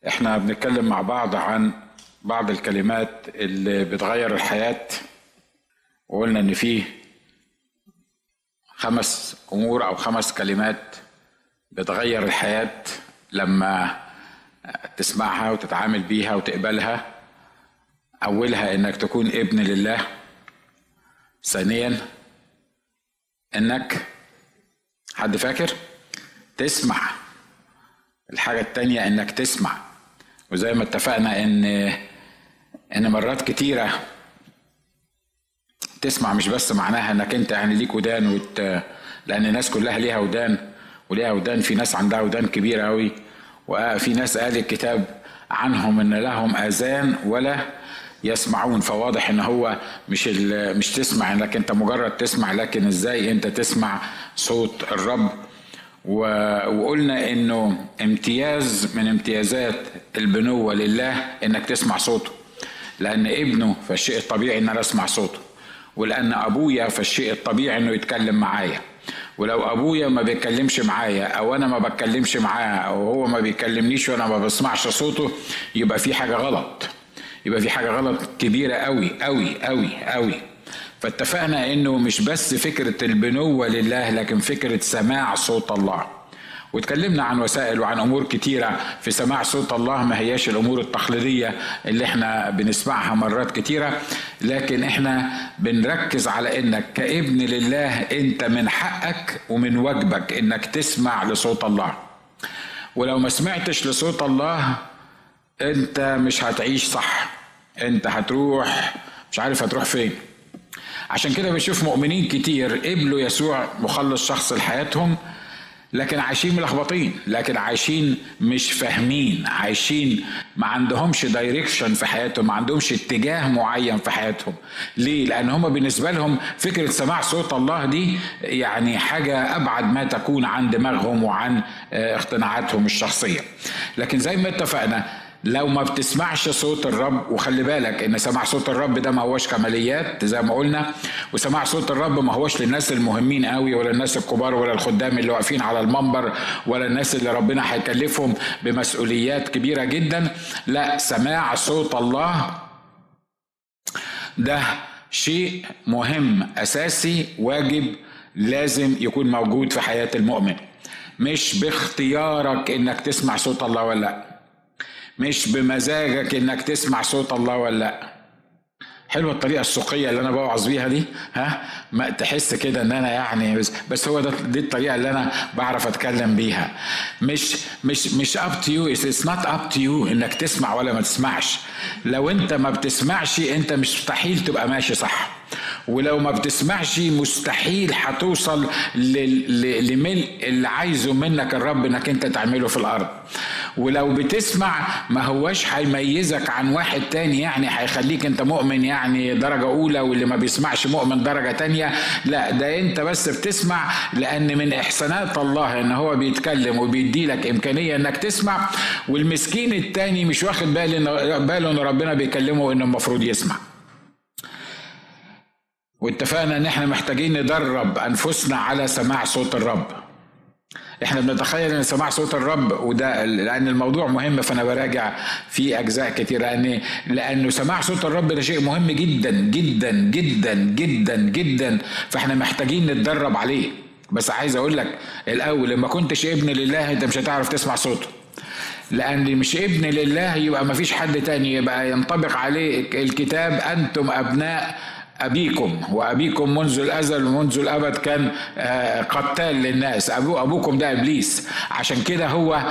احنا بنتكلم مع بعض عن بعض الكلمات اللي بتغير الحياة، وقلنا ان فيه 5 امور او 5 كلمات بتغير الحياة لما تسمعها وتتعامل بيها وتقبلها. اولها انك تكون ابن لله. ثانيا انك حد فاكر تسمع. الحاجة التانية انك تسمع، وزي ما اتفقنا ان مرات كتيرة تسمع مش بس معناها انك انت يعني ليك ودان لان الناس كلها ليها ودان وليها ودان. في ناس عندها ودان كبيرة قوي، وفي ناس قال الكتاب عنهم ان لهم اذان ولا يسمعون. فواضح ان هو مش تسمع انك انت مجرد تسمع، لكن ازاي انت تسمع صوت الرب. وقلنا انه امتياز من امتيازات البنوة لله انك تسمع صوته، لان ابنه فالشيء الطبيعي ان انا اسمع صوته، ولان ابويا فالشيء الطبيعي انه يتكلم معايا. ولو ابويا ما بيتكلمش معايا او انا ما بتكلمش معاه او هو ما بيكلمنيش وانا ما بسمعش صوته، يبقى في حاجة غلط، يبقى في حاجة غلط كبيرة قوي قوي قوي قوي. فاتفقنا انه مش بس فكرة البنوة لله، لكن فكرة سماع صوت الله. واتكلمنا عن وسائل وعن امور كتيرة في سماع صوت الله، ما هياش الامور التقليدية اللي احنا بنسمعها مرات كتيرة، لكن احنا بنركز على انك كابن لله انت من حقك ومن واجبك انك تسمع لصوت الله. ولو ما سمعتش لصوت الله انت مش هتعيش صح، انت هتروح مش عارف هتروح فين. عشان كده بنشوف مؤمنين كتير قبلوا يسوع مخلص شخص لحياتهم، لكن عايشين ملخبطين، لكن عايشين مش فاهمين، عايشين ما عندهمش دايركشن في حياتهم، ما عندهمش اتجاه معين في حياتهم. ليه؟ لان هم بالنسبة لهم فكرة سماع صوت الله دي يعني حاجة ابعد ما تكون عن دماغهم وعن اقتناعاتهم الشخصية. لكن زي ما اتفقنا لو ما بتسمعش صوت الرب، وخلي بالك ان سماع صوت الرب ده ما هوش كماليات زي ما قلنا، وسماع صوت الرب ما هوش للناس المهمين قوي ولا الناس الكبار ولا الخدام اللي واقفين على المنبر ولا الناس اللي ربنا هيكلفهم بمسؤوليات كبيرة جدا. لا، سماع صوت الله ده شيء مهم اساسي واجب لازم يكون موجود في حياة المؤمن. مش باختيارك انك تسمع صوت الله ولا لا، مش بمزاجك انك تسمع صوت الله ولا لا. حلوه الطريقه السوقيه اللي انا بوعظ بيها دي، ما تحس كده ان انا يعني بس هو دي الطريقه اللي انا بعرف اتكلم بيها. مش up to you، it's not up to you انك تسمع ولا ما تسمعش. لو انت ما بتسمعش انت مستحيل تبقى ماشي صح، ولو ما بتسمعش مستحيل هتوصل لملء اللي عايزه منك الرب انك انت تعمله في الارض. ولو بتسمع ما هواش هيميزك عن واحد تاني، يعني هيخليك انت مؤمن يعني درجة اولى واللي ما بيسمعش مؤمن درجة تانية. لا، ده انت بس بتسمع لان من احسانات الله ان هو بيتكلم وبيدي لك امكانية انك تسمع، والمسكين التاني مش واخد باله ان ربنا بيكلمه وانه المفروض يسمع. واتفقنا ان احنا محتاجين ندرب انفسنا على سماع صوت الرب. احنا بنتخيل ان سماع صوت الرب، وده لان الموضوع مهم فانا براجع في اجزاء كتير، لانه سماع صوت الرب ده شيء مهم جدا جدا جدا جدا جدا، فاحنا محتاجين نتدرب عليه. بس عايز اقول لك الاول، لما كنتش ابن لله انت مش هتعرف تسمع صوته، لأن مش ابن لله يبقى ما فيش حد تاني يبقى ينطبق عليه الكتاب أنتم أبناء أبيكم، وأبيكم منذ الأزل ومنذ الأبد كان قتال للناس. أبوكم ده إبليس. عشان كده هو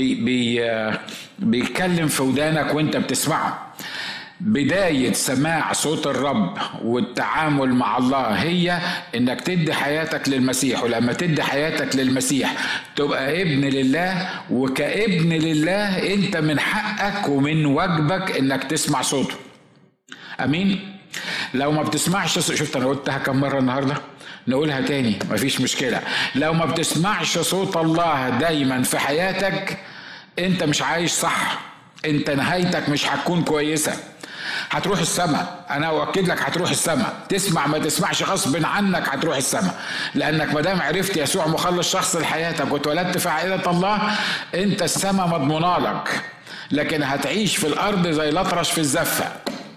بيتكلم في ودانك وانت بتسمعه. بداية سماع صوت الرب والتعامل مع الله هي انك تدي حياتك للمسيح، ولما تدي حياتك للمسيح تبقى ابن لله، وكابن لله انت من حقك ومن واجبك انك تسمع صوته. امين. لو ما بتسمعش، شفت انا قلتها كم مرة النهاردة، نقولها تاني مفيش مشكلة. لو ما بتسمعش صوت الله دايما في حياتك انت مش عايش صح، انت نهايتك مش هتكون كويسة. هتروح السماء. انا اؤكد لك هتروح السماء، تسمع ما تسمعش غصب عنك هتروح السماء، لانك ما دام عرفت يسوع مخلص شخص لحياتك واتولدت في عائله الله، انت السماء مضمونه لك. لكن هتعيش في الارض زي الاطرش في الزفه.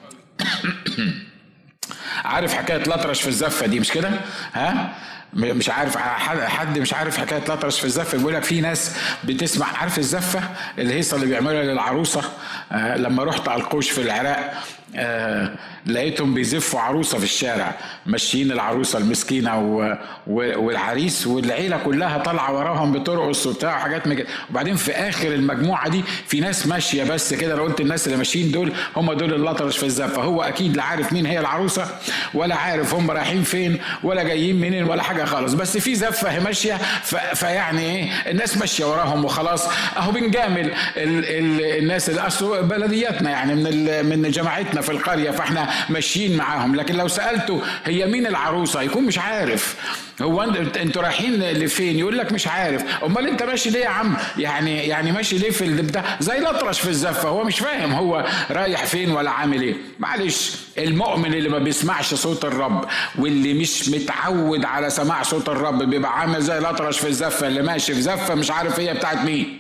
عارف حكايه الاطرش في الزفه دي مش كده؟ ها؟ مش عارف حد مش عارف حكايه الاطرش في الزفه؟ بيقول لك في ناس بتسمع. عارف الزفه الهيصه اللي بيعملها للعروسه؟ لما رحت على القوش في العراق لقيتهم بيزفوا عروسه في الشارع، ماشيين العروسه المسكينه والعريس والعيله كلها طالعه وراهم بترقص وبتاع حاجات كده. وبعدين في اخر المجموعه دي في ناس ماشيه بس كده. انا قلت الناس اللي ماشيين دول هم دول الاطرش في الزفه. هو اكيد لا عارف مين هي العروسه، ولا عارف هم رايحين فين، ولا جايين منين، ولا حاجه خالص. بس في زفه هي ماشيه، فيعني ايه، الناس ماشيه وراهم وخلاص. اهو بنجامل الناس اللي اصله بلدياتنا يعني من جماعتنا في القريه، فاحنا ماشيين معاهم. لكن لو سالته هي مين العروسه يكون مش عارف. هو انتوا رايحين لفين؟ يقول لك مش عارف. امال انت ماشي ليه يا عم؟ يعني ماشي ليه في البتاع زي الاطرش في الزفه؟ هو مش فاهم هو رايح فين ولا عامل ايه. معلش، المؤمن اللي ما بيسمعش صوت الرب واللي مش متعود على سماع صوت الرب بيبقى عامل زي الاطرش في الزفه اللي ماشي في زفه مش عارف هي بتاعت مين.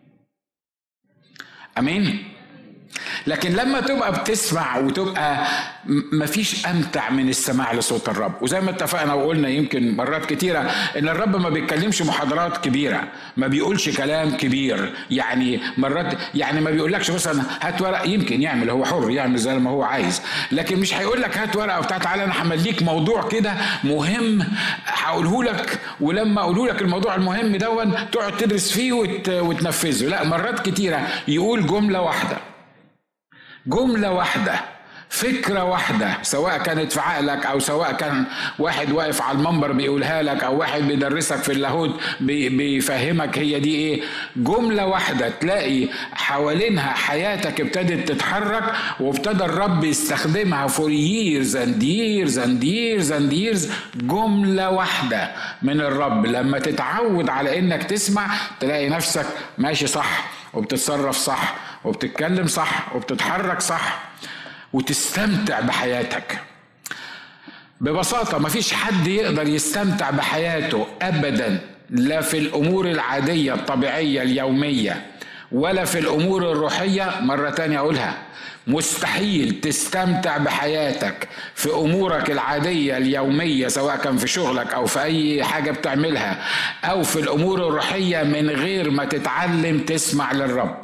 امين. لكن لما تبقى بتسمع وتبقى مفيش امتع من السماع لصوت الرب. وزي ما اتفقنا وقلنا يمكن مرات كتيره ان الرب ما بيتكلمش محاضرات كبيره، ما بيقولش كلام كبير. يعني مرات يعني ما بيقولكش مثلا هات ورق، يمكن يعمل، هو حر يعمل زي ما هو عايز، لكن مش هيقول لك هات ورقه وبتاع تعالى انا همليك موضوع كده مهم هقوله لك، ولما اقوله لك الموضوع المهم دون تقعد تدرس فيه وتنفذه. لا، مرات كتيره يقول جمله واحده، فكرة واحدة، سواء كانت في عقلك أو سواء كان واحد واقف على المنبر بيقولها لك أو واحد بيدرسك في اللاهوت بيفهمك هي دي إيه. جملة واحدة تلاقي حوالينها حياتك ابتدت تتحرك، وابتدى الرب يستخدمها for years and years and years and years. جملة واحدة من الرب لما تتعود على إنك تسمع تلاقي نفسك ماشي صح وبتتصرف صح وبتتكلم صح وبتتحرك صح وتستمتع بحياتك. ببساطة مفيش حد يقدر يستمتع بحياته أبدا، لا في الأمور العادية الطبيعية اليومية ولا في الأمور الروحية. مرة تانية أقولها، مستحيل تستمتع بحياتك في أمورك العادية اليومية سواء كان في شغلك أو في أي حاجة بتعملها أو في الأمور الروحية من غير ما تتعلم تسمع للرب.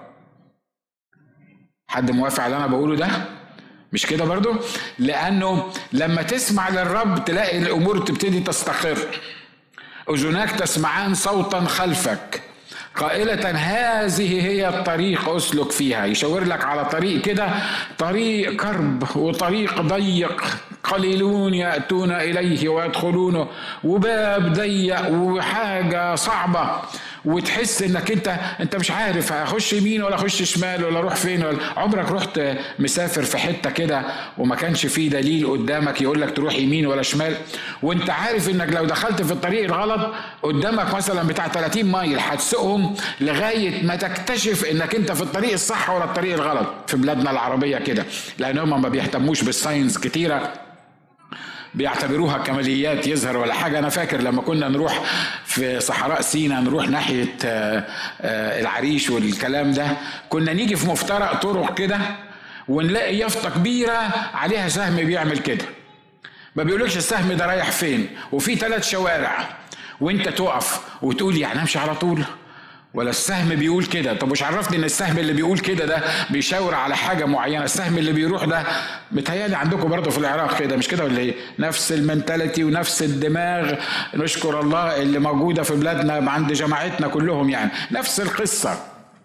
حد موافق على اللي أنا بقوله ده؟ مش كده برضو؟ لأنه لما تسمع للرب تلاقي الأمور تبتدي تستقر. أذناك تسمعان صوتا خلفك قائلة هذه هي الطريق أسلك فيها. يشاور لك على طريق كده، طريق كرب وطريق ضيق، قليلون يأتون إليه ويدخلونه، وباب ضيق وحاجة صعبة، وتحس انك انت مش عارف هخش يمين ولا اخش شمال ولا اروح فين. ولا عمرك رحت مسافر في حته كده وما كانش فيه دليل قدامك يقول لك تروح يمين ولا شمال، وانت عارف انك لو دخلت في الطريق الغلط قدامك مثلا بتاع 30 مايل هتسوقهم لغايه ما تكتشف انك انت في الطريق الصح ولا الطريق الغلط. في بلادنا العربيه كده، لان هم ما بيهتموش بالساينس كتيره، بيعتبروها كماليات يظهر ولا حاجة. أنا فاكر لما كنا نروح في صحراء سيناء نروح ناحية العريش والكلام ده، كنا نيجي في مفترق طرق كده ونلاقي يافطة كبيرة عليها سهم بيعمل كده، ما بيقولكش السهم ده رايح فين، وفي 3 شوارع، وانت تقف وتقول يعني امشي على طول ولا السهم بيقول كده؟ طب مش عرفني ان السهم اللي بيقول كده ده بيشاور على حاجة معينة، السهم اللي بيروح ده متهيألي عندكم برضه في العراق كده مش كده ولا ايه؟ نفس المنتاليتي ونفس الدماغ، نشكر الله اللي موجودة في بلادنا عند جماعتنا كلهم، يعني نفس القصة.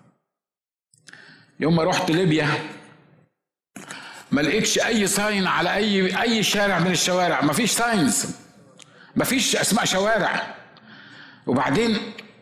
يوم ما رحت ليبيا ما لقيتش اي ساين على اي شارع من الشوارع، ما فيش ساينز، ما فيش اسماء شوارع. وبعدين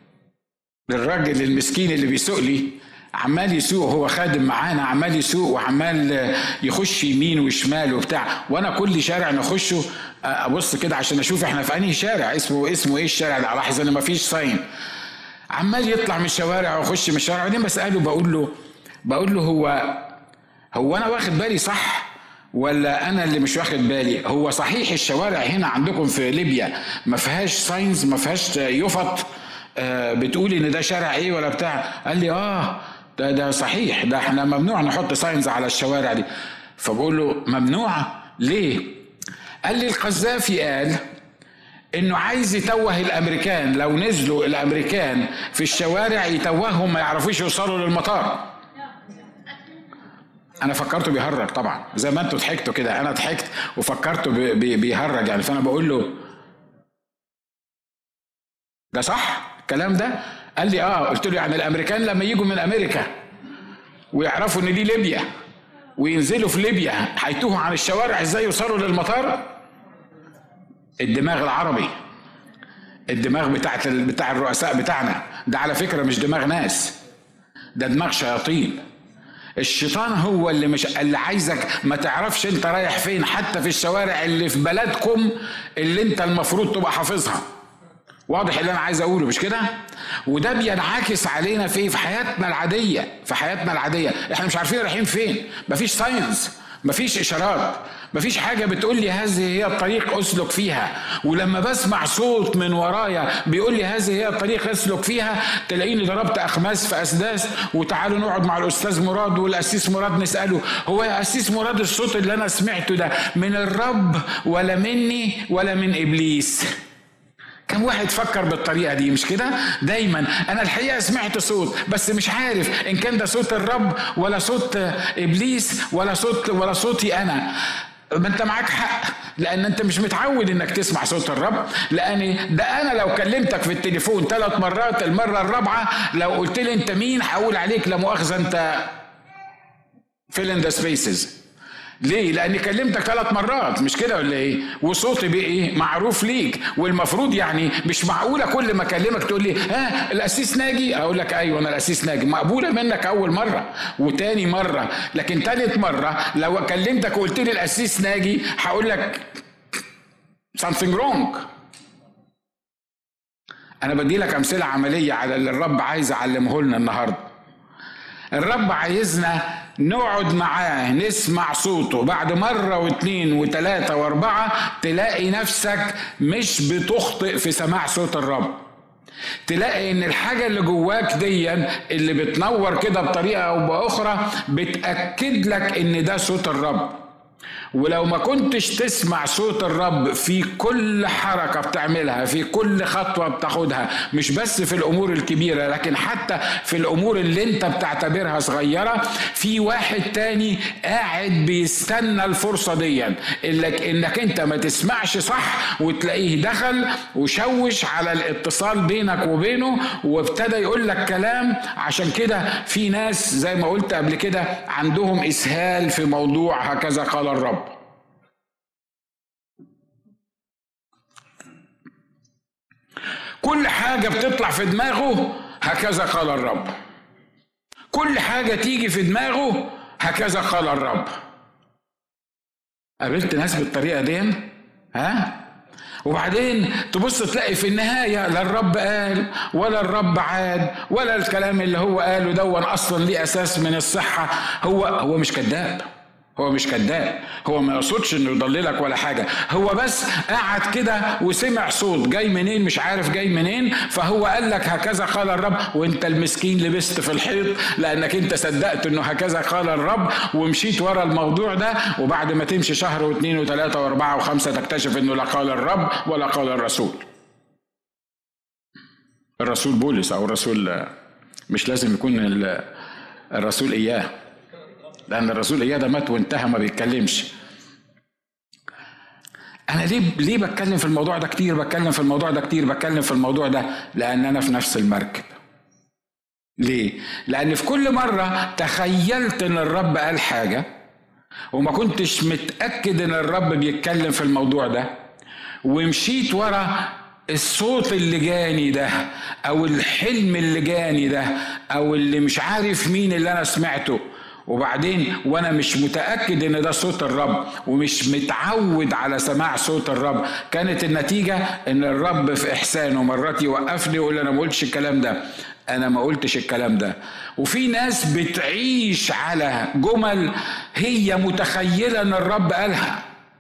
الراجل المسكين اللي بيسوق لي عمال يسوق، هو خادم معانا، عمال يسوق وعمال يخش يمين وشمال وبتاع، وانا كل شارع نخشه ابص كده عشان اشوف احنا في انهي شارع، اسمه ايه الشارع ده، الاحظ ان مفيش ساين. عمال يطلع من الشوارع ويخش من الشوارع. بعدين بساله بقول له هو انا واخد بالي صح ولا انا اللي مش واخد بالي؟ هو صحيح الشوارع هنا عندكم في ليبيا ما فيهاش ساينز، ما فيهاش يفط بتقولي ان ده شارع ايه ولا بتاع؟ قال لي ده صحيح، ده احنا ممنوع نحط ساينز على الشوارع دي. فبقول له ممنوع ليه؟ قال لي القذافي قال انه عايز يتوه الامريكان، لو نزلوا الامريكان في الشوارع يتوههم ما يعرفوش يوصلوا للمطار. انا فكرته بيهرج طبعا، زي ما انتوا ضحكتوا كده انا ضحكت وفكرته بيهرج يعني. فانا بقول له ده صح الكلام ده؟ قال لي قلت له يعني الامريكان لما يجوا من امريكا ويعرفوا ان دي ليبيا وينزلوا في ليبيا هيتوهوا عن الشوارع ازاي يوصلوا للمطار؟ الدماغ العربي، الدماغ بتاع الرؤساء بتاعنا ده على فكرة مش دماغ ناس، ده دماغ شياطين. الشيطان هو اللي عايزك ما تعرفش انت رايح فين، حتى في الشوارع اللي في بلدكم اللي انت المفروض تبقى حافظها. واضح اللي انا عايز اقوله مش كده؟ وده بينعكس علينا في حياتنا العادية. في حياتنا العادية احنا مش عارفين رايحين فين، مفيش ساينس، مفيش اشارات، مفيش حاجة بتقول لي هذه هي الطريق اسلك فيها. ولما بسمع صوت من ورايا بيقول لي هذه هي الطريق اسلك فيها، تلاقيني ضربت اخماس في اسداس. وتعالوا نقعد مع الاستاذ مراد والاسيس مراد نسأله، هو يا اسيس مراد الصوت اللي انا سمعته ده من الرب ولا مني ولا من ابليس؟ كم واحد فكر بالطريقة دي مش كده؟ دايما انا الحقيقة سمعت صوت بس مش عارف ان كان ده صوت الرب ولا صوت ابليس ولا صوتي انا. ما انت معاك حق، لان انت مش متعود انك تسمع صوت الرب. لان ده انا لو كلمتك في التليفون 3 مرات، المرة الرابعة لو قلت لي انت مين هقول عليك لا مؤاخذة انت fill in the spaces. ليه؟ لاني كلمتك 3 مرات مش كده ولا ايه؟ وصوتي بايه؟ معروف ليك. والمفروض يعني مش معقولة كل ما اكلمك تقول لي الاسيس ناجي، اقول لك ايوه انا الاسيس ناجي. مقبولة منك اول مرة وتاني مرة، لكن تالت مرة لو كلمتك وقلت لي الاسيس ناجي هقول لك something wrong. انا بدي لك امثلة عملية على اللي الرب عايز اعلمه لنا النهاردة. الرب عايزنا نقعد معاه نسمع صوته. بعد مرة و2 و3 و4 تلاقي نفسك مش بتخطئ في سماع صوت الرب. تلاقي ان الحاجة اللي جواك دي اللي بتنور كده بطريقة او باخرى بتأكد لك ان ده صوت الرب. ولو ما كنتش تسمع صوت الرب في كل حركة بتعملها، في كل خطوة بتاخدها، مش بس في الأمور الكبيرة لكن حتى في الأمور اللي انت بتعتبرها صغيرة، في واحد تاني قاعد بيستنى الفرصة دي انك انت ما تسمعش صح، وتلاقيه دخل وشوش على الاتصال بينك وبينه وابتدى يقول لك كلام. عشان كده في ناس زي ما قلت قبل كده عندهم إسهال في موضوع هكذا قال الرب. كل حاجة بتطلع في دماغه هكذا قال الرب، كل حاجة تيجي في دماغه هكذا قال الرب. قابلت ناس بالطريقة دي وبعدين تبص تلاقي في النهاية لا الرب قال ولا الرب عاد ولا الكلام اللي هو قاله دون أصلا ليه أساس من الصحة. هو مش كذاب، هو مش كذاب، هو ما يقصدش انه يضللك ولا حاجة. هو بس قعد كده وسمع صوت جاي منين مش عارف جاي منين، فهو قال لك هكذا قال الرب، وانت المسكين لبست في الحيط لانك انت صدقت انه هكذا قال الرب ومشيت ورا الموضوع ده. وبعد ما تمشي شهر و2 و3 و4 و5 تكتشف انه لا قال الرب ولا قال الرسول. الرسول بولس او الرسول مش لازم يكون الرسول اياه، لأن الرسول إياه ده مات وانتهى ما بيتكلمش. أنا ليه بتكلم في الموضوع ده كتير؟ بتكلم في الموضوع ده لأن أنا في نفس المركب. ليه؟ لأن في كل مرة تخيلت إن الرب قال حاجة وما كنتش متأكد إن الرب بيتكلم في الموضوع ده، ومشيت ورا الصوت اللي جاني ده أو الحلم اللي جاني ده أو اللي مش عارف مين اللي أنا سمعته، وبعدين وانا مش متأكد ان ده صوت الرب ومش متعود على سماع صوت الرب. كانت النتيجة ان الرب في احسانه مرات يوقفني ويقول انا ما قلتش الكلام ده. انا ما قلتش الكلام ده. وفي ناس بتعيش على جمل هي متخيلة ان الرب قالها.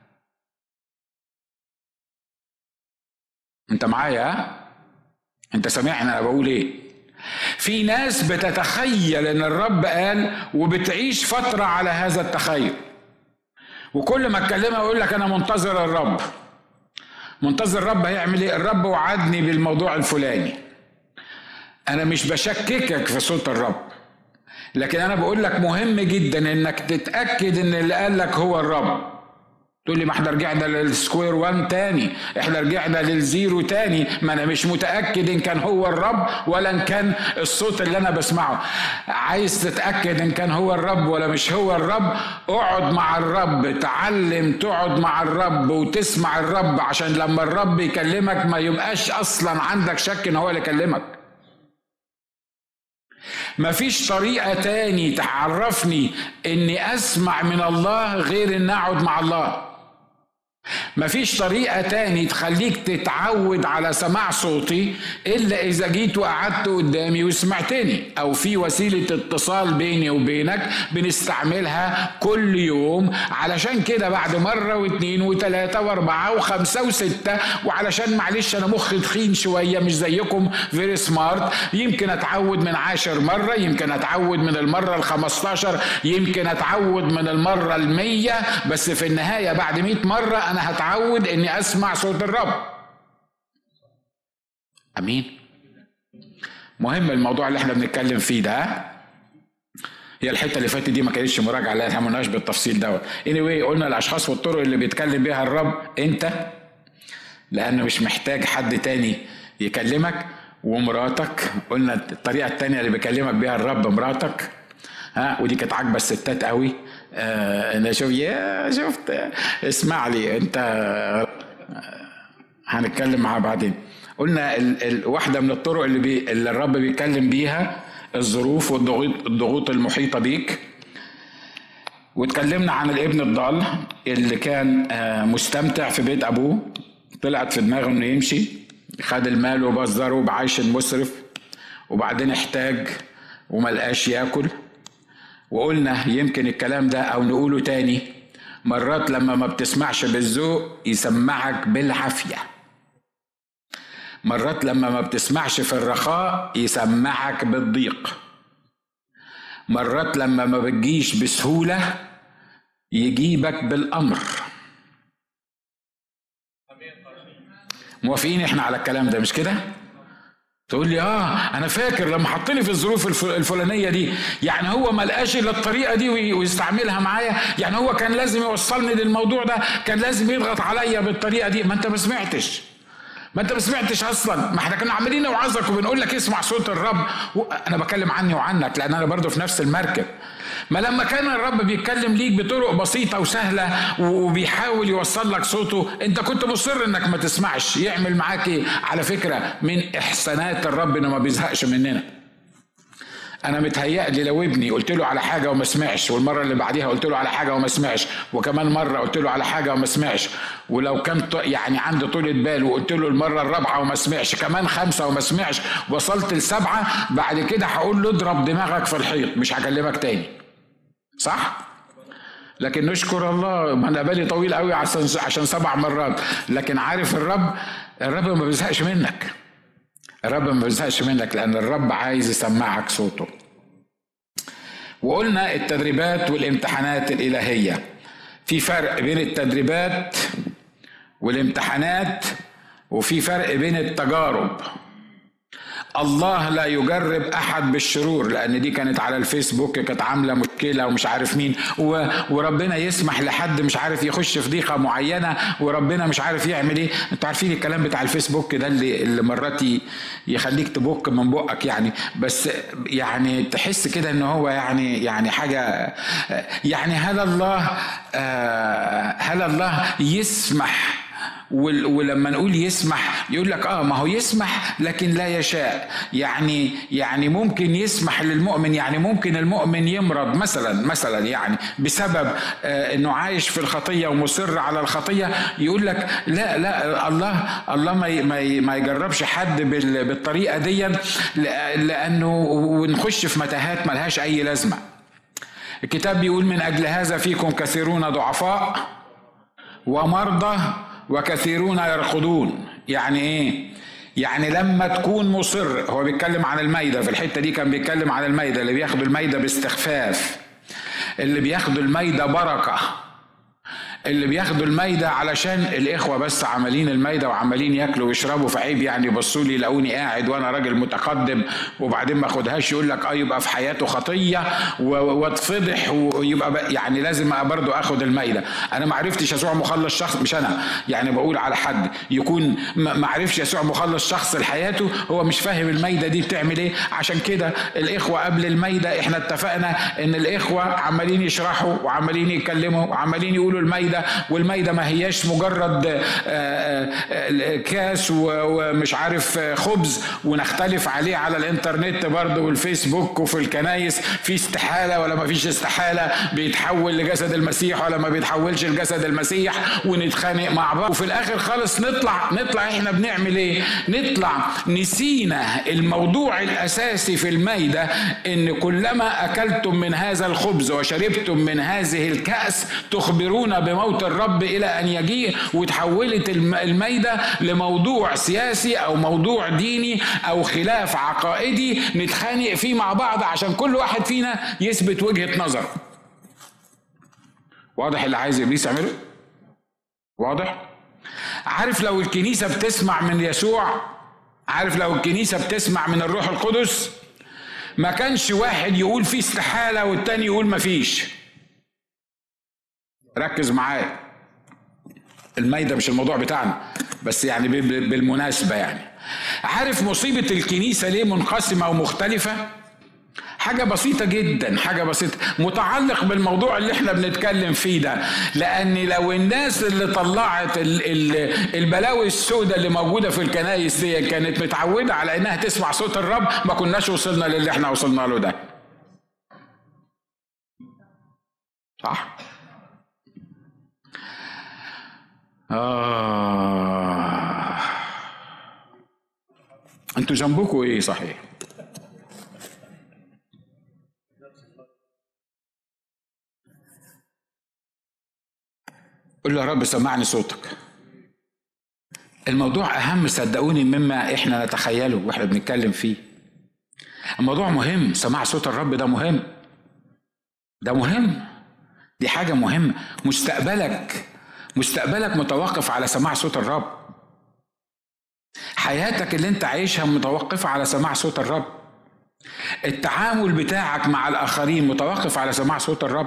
انت معايا؟ انت سامعني انا بقول ايه؟ في ناس بتتخيل ان الرب قال وبتعيش فترة على هذا التخيل، وكل ما اتكلمها يقول لك انا منتظر الرب. منتظر الرب هيعمل ايه؟ الرب وعدني بالموضوع الفلاني. انا مش بشككك في صوت الرب، لكن انا بقول لك مهم جدا انك تتأكد ان اللي قال لك هو الرب. تقول لي ما احنا رجعنا للسكوير 1 تاني، احنا رجعنا للزيرو تاني، ما انا مش متأكد ان كان هو الرب ولا ان كان الصوت اللي انا بسمعه. عايز تتأكد ان كان هو الرب ولا مش هو الرب؟ اقعد مع الرب، تعلم تقعد مع الرب وتسمع الرب، عشان لما الرب يكلمك ما يبقاش اصلا عندك شك ان هو اللي يكلمك. مفيش طريقة تاني تعرفني اني اسمع من الله غير ان اقعد مع الله. مفيش طريقة تاني تخليك تتعود على سماع صوتي إلا إذا جيت وقعدت قدامي وسمعتني، أو في وسيلة اتصال بيني وبينك بنستعملها كل يوم. علشان كده بعد مرة واثنين وثلاثة واربعة وخمسة وستة، وعلشان معلش أنا مخي تخين شوية مش زيكم فيري سمارت، يمكن أتعود من 10 مرة، يمكن أتعود من المرة 15، يمكن أتعود من المرة 100، بس في النهاية بعد 100 مرة أنا هتعود إني أسمع صوت الرب. أمين. مهم الموضوع اللي احنا بنتكلم فيه ده. هي الحتة اللي فاتت دي ما كانتش مراجعة، لا همناش بالتفصيل دوت. anyway قلنا الأشخاص والطرق اللي بيتكلم بيها الرب أنت، لأنه مش محتاج حد تاني يكلمك، ومراتك. قلنا الطريقة التانية اللي بيكلمك بيها الرب مراتك، ودي كانت عاجبة الستات قوي. انا شفت اسمع لي انت، هنتكلم معاه بعدين. قلنا واحدة من الطرق اللي الرب بيتكلم بيها الظروف والضغوط المحيطة بيك. واتكلمنا عن الابن الضال اللي كان مستمتع في بيت ابوه، طلعت في دماغه انه يمشي، خد المال وبذره بعيش مسرف، وبعدين احتاج وملقاش ياكل. وقلنا يمكن الكلام ده او نقوله تاني، مرات لما ما بتسمعش بالذوق يسمعك بالعافية، مرات لما ما بتسمعش في الرخاء يسمعك بالضيق، مرات لما ما بتجيش بسهولة يجيبك بالأمر. موافقين احنا على الكلام ده مش كده؟ تقول لي انا فاكر لما حطني في الظروف الفلانيه دي، يعني هو ما لقاش الا الطريقه دي ويستعملها معايا، يعني هو كان لازم يوصلني للموضوع ده، كان لازم يضغط عليا بالطريقه دي. ما انت ما سمعتش اصلا. ما احنا كنا عاملين نوعظك وبنقول لك اسمع صوت الرب. انا بكلم عني وعنك لان انا برضو في نفس المركب. ما لما كان الرب بيتكلم ليك بطرق بسيطة وسهلة وبيحاول يوصل لك صوته، انت كنت مصر انك ما تسمعش، يعمل معاك ايه؟ على فكرة من احسانات الرب انه ما بيزهقش مننا. انا متهيألي لو ابني قلت له على حاجة وما سمعش، والمرة اللي بعديها قلت له على حاجة وما سمعش، وكمان مرة قلت له على حاجة وما سمعش، ولو كان يعني عنده طولة بال وقلت له المرة الرابعة وما سمعش، كمان 5 وما سمعش، وصلت ل7، بعد كده هقول له اضرب دماغك في الحيط، مش هكلمك تاني. صح؟ لكن نشكر الله، ما انا بالي طويل قوي عشان 7 مرات. لكن عارف الرب ما بيزهقش منك. الرب ما بيزهقش منك لان الرب عايز يسمعك صوته. وقلنا التدريبات والامتحانات الالهيه. في فرق بين التدريبات والامتحانات، وفي فرق بين التجارب. الله لا يجرب احد بالشرور، لان دي كانت على الفيسبوك كانت عامله مشكله ومش عارف مين، وربنا يسمح لحد مش عارف يخش في ضيقه معينه، وربنا مش عارف يعمل ايه. انتوا عارفين الكلام بتاع الفيسبوك ده اللي مرات يخليك تبك من بقك يعني، بس يعني تحس كده ان هو يعني حاجه، يعني هل الله يسمح ولما نقول يسمح يقول لك ما هو يسمح لكن لا يشاء. يعني ممكن يسمح للمؤمن، يعني ممكن المؤمن يمرض مثلا يعني بسبب انه عايش في الخطيه ومصر على الخطيه، يقول لك لا الله ما يجربش حد بالطريقه دي، لانه ونخش في متاهات ملهاش اي لازمه. الكتاب بيقول من اجل هذا فيكم كثيرون ضعفاء ومرضى وكثيرون يرقدون. يعني ايه؟ يعني لما تكون مصر، هو بيتكلم عن الميدة في الحتة دي، كان بيتكلم عن الميدة اللي بياخدوا الميدة باستخفاف، اللي بياخدوا الميدة بركة، اللي بياخدوا الميدة علشان الإخوة بس عمالين الميدة وعمالين ياكلوا ويشربوا، فعيب يعني يبصوا لي يلاقوني قاعد وأنا راجل متقدم وبعدين ما أخدهاش، يقول لك يبقى في حياته خطية واتفضح، ويبقى يعني لازم برضو أخد الميدة. أنا ما عرفتش يسوع مخلص شخص، مش أنا يعني بقول على حد يكون ما عرفش يسوع مخلص شخص لحياته، هو مش فاهم الميدة دي بتعمل إيه. عشان كده الإخوة قبل الميدة إحنا اتفقنا إن الإخوة عمالين يشرحوا وعمالين يتكلموا وعمالين يقولوا الميدة، والميدة ما هياش مجرد كاس ومش عارف خبز ونختلف عليه على الانترنت برضه والفيسبوك وفي الكنايس، في استحالة ولا ما فيش استحالة، بيتحول لجسد المسيح ولا ما بيتحولش لجسد المسيح، ونتخانق مع بعض وفي الاخر خالص نطلع احنا بنعمل ايه؟ نطلع نسينا الموضوع الاساسي في الميدة، ان كلما اكلتم من هذا الخبز وشربتم من هذه الكأس تخبرون بموت الرب الى ان يجيء. وتحولت الميدة لموضوع سياسي او موضوع ديني او خلاف عقائدي نتخانق فيه مع بعض عشان كل واحد فينا يثبت وجهة نظر. واضح اللي عايز ابليس يعمله؟ واضح؟ عارف لو الكنيسة بتسمع من يسوع، عارف لو الكنيسة بتسمع من الروح القدس، ما كانش واحد يقول فيه استحالة والتاني يقول ما فيش. ركز معايا، الميدة مش الموضوع بتاعنا بس يعني بالمناسبة يعني. عارف مصيبة الكنيسة ليه منقسمة ومختلفة؟ حاجة بسيطة جدا، حاجة بسيطة متعلق بالموضوع اللي احنا بنتكلم فيه ده. لأن لو الناس اللي طلعت البلاوي السوداء اللي موجودة في الكنائس دي كانت متعودة على انها تسمع صوت الرب، ما كناش وصلنا للي احنا وصلنا له ده. صح؟ انتوا جنبكوا ايه صحيح؟ قل له يا رب سمعني صوتك. الموضوع اهم صدقوني مما احنا نتخيله واحنا بنتكلم فيه. الموضوع مهم، سماع صوت الرب ده مهم، ده مهم، دي حاجة مهمة. مستقبلك متوقف على سماع صوت الرب. حياتك اللي انت عايشها متوقفة على سماع صوت الرب. التعامل بتاعك مع الآخرين متوقف على سماع صوت الرب.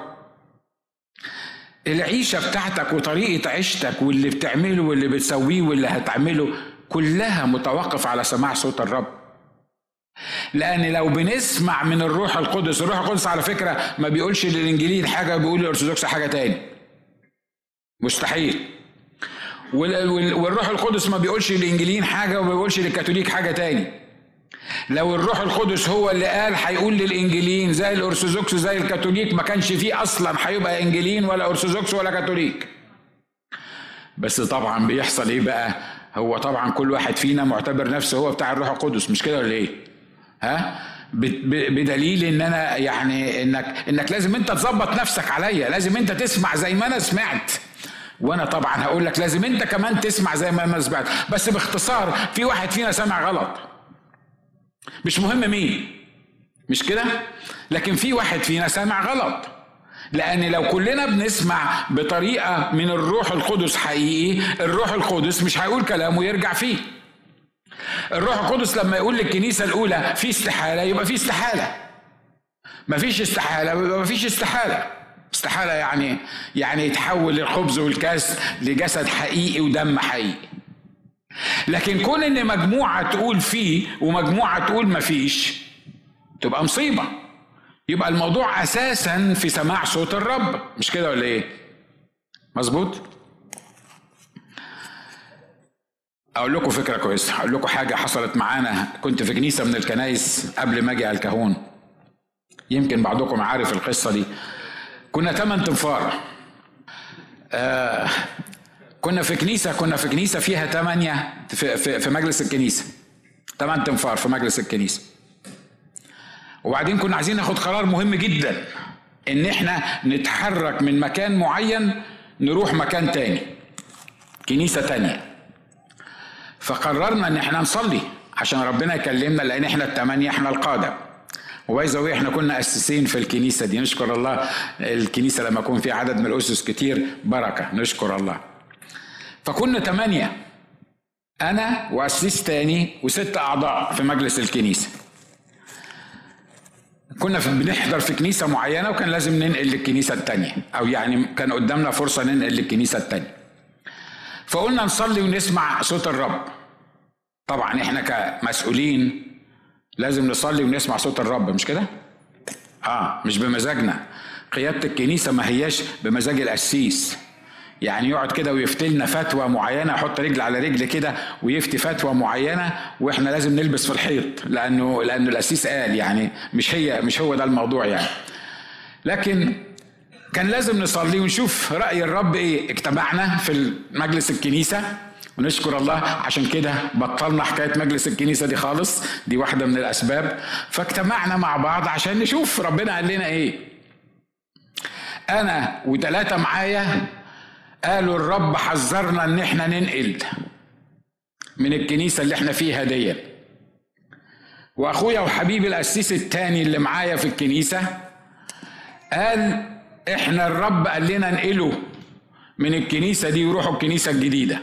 العيشة بتاعتك وطريقة عيشتك واللي بتعمله واللي بتسويه واللي هتعمله كلها متوقف على سماع صوت الرب. لأن لو بنسمع من الروح القدس، الروح القدس على فكرة ما بيقولش للإنجيليين حاجة بيقول للأرثوذكس حاجة تاني، مستحيل. والروح القدس ما بيقولش للإنجيليين حاجة وما بيقولش للكاثوليك حاجة تاني. لو الروح القدس هو اللي قال هيقول للإنجيليين زي الأرثوذكس زي الكاثوليك، ما كانش فيه أصلا هيبقى إنجيليين ولا أرثوذكس ولا كاثوليك. بس طبعا بيحصل إيه بقى؟ هو طبعا كل واحد فينا معتبر نفسه هو بتاع الروح القدس، مش كده ولا إيه؟ بدليل ان انا يعني انك لازم انت تظبط نفسك عليا، لازم انت تسمع زي ما انا سمعت، وانا طبعا هقول لك لازم انت كمان تسمع زي ما انا سمعت. بس باختصار في واحد فينا سمع غلط، مش مهم مين، مش كده؟ لكن في واحد فينا سمع غلط. لأن لو كلنا بنسمع بطريقة من الروح القدس حقيقي، الروح القدس مش هيقول كلام ويرجع فيه. الروح القدس لما يقول للكنيسة الأولى في استحالة يبقى في استحالة، ما فيش استحالة يبقى ما فيش استحالة. استحالة يعني يتحول الخبز والكاس لجسد حقيقي ودم حقيقي. لكن كون ان مجموعة تقول فيه ومجموعة تقول ما فيش تبقى مصيبة. يبقى الموضوع أساسا في سماع صوت الرب، مش كده ولا ايه؟ مظبوط؟ اقول لكم فكره كويسه، اقول لكم حاجه حصلت معانا. كنت في كنيسه من الكنايس قبل ما اجي على الكهون، يمكن بعضكم عارف القصه دي. كنا 8 تنفار. كنا في كنيسه فيها 8 في مجلس الكنيسه، 8 تنفار في مجلس الكنيسه. وبعدين كنا عايزين ناخد قرار مهم جدا، ان احنا نتحرك من مكان معين نروح مكان تاني، كنيسه تانيه. فقررنا ان احنا نصلي عشان ربنا يكلمنا، لان احنا ال8 احنا القاده. وبايظه احنا كنا اسسين في الكنيسه دي، نشكر الله. الكنيسه لما يكون في عدد من الاسس كتير بركه، نشكر الله. فكنا 8، انا واسيس تاني و6 اعضاء في مجلس الكنيسه. كنا بنحضر في كنيسه معينه، وكان لازم ننقل للكنيسه التانيه، او يعني كان قدامنا فرصه ننقل للكنيسه التانيه. فقلنا نصلي ونسمع صوت الرب. طبعا احنا كمسؤولين لازم نصلي ونسمع صوت الرب، مش كده؟ مش بمزاجنا. قيادة الكنيسة ما هياش بمزاج القسيس، يعني يقعد كده ويفتلنا فتوى معينة، يحط رجل على رجل كده ويفتي فتوى معينة، واحنا لازم نلبس في الحيط لانه القسيس قال. يعني مش هو ده الموضوع يعني. لكن كان لازم نصلي ونشوف رأي الرب ايه. اجتمعنا في مجلس الكنيسة، ونشكر الله عشان كده بطلنا حكاية مجلس الكنيسة دي خالص، دي واحدة من الأسباب. فاجتمعنا مع بعض عشان نشوف ربنا قال لنا ايه. أنا و3 معايا قالوا الرب حذرنا ان احنا ننقل من الكنيسة اللي احنا فيها دي. وأخويا وحبيبي القسيس التاني اللي معايا في الكنيسة قال احنا الرب قال لنا ننقلوا من الكنيسة دي وروحوا الكنيسة الجديدة.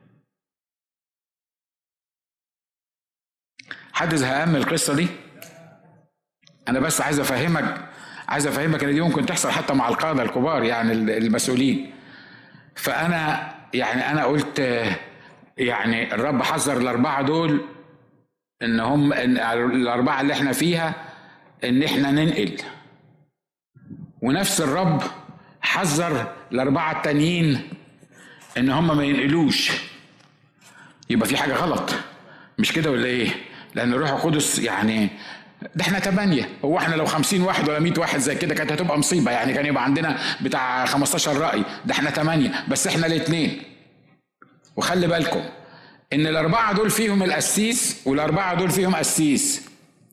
حد زهقان من القصة دي؟ أنا بس عايز أفهمك إن دي ممكن تحصل حتى مع القادة الكبار، يعني المسؤولين. فأنا أنا قلت يعني الرب حذر ال4 دول إن هم ال4 اللي إحنا فيها إن إحنا ننقل، ونفس الرب حذر ال4 التانيين إن هم ما ينقلوش. يبقى في حاجة غلط، مش كده ولا إيه؟ لأن الروح القدس يعني ده احنا 8. هو احنا لو 50 واحد ولا 100 واحد زي كده كانت هتبقى مصيبة، يعني كان يبقى عندنا بتاع 15 رأي. ده احنا 8 بس، احنا ال2. وخلي بالكم ان ال4 دول فيهم القسيس وال4 دول فيهم قسيس.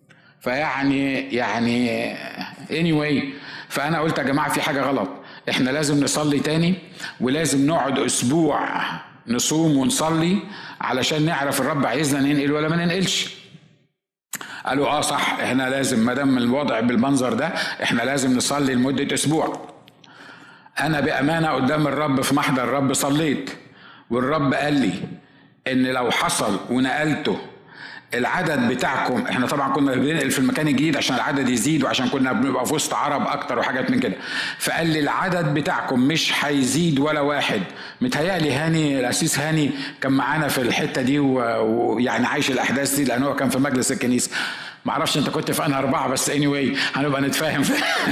فيعني anyway، فأنا قلت يا جماعة في حاجة غلط، احنا لازم نصلي تاني، ولازم نقعد أسبوع نصوم ونصلي علشان نعرف الرب عايزنا ننقل ولا ما ننقلش. قالوا صح، احنا لازم ما دام الوضع بالمنظر ده احنا لازم نصلي لمدة أسبوع. أنا بأمانة قدام الرب في محضر الرب صليت، والرب قال لي إن لو حصل ونقلته العدد بتاعكم، احنا طبعا كنا بننقل في المكان الجديد عشان العدد يزيد وعشان كنا بنبقى في وسط عرب اكتر وحاجات من كده. فقال لي العدد بتاعكم مش هيزيد ولا واحد. متهيألي هاني القسيس هاني كان معانا في الحته دي ويعني عايش الاحداث دي، لان هو كان في مجلس الكنيسه. معرفش انت كنت في انهي 4، بس anyway هنبقى نتفاهم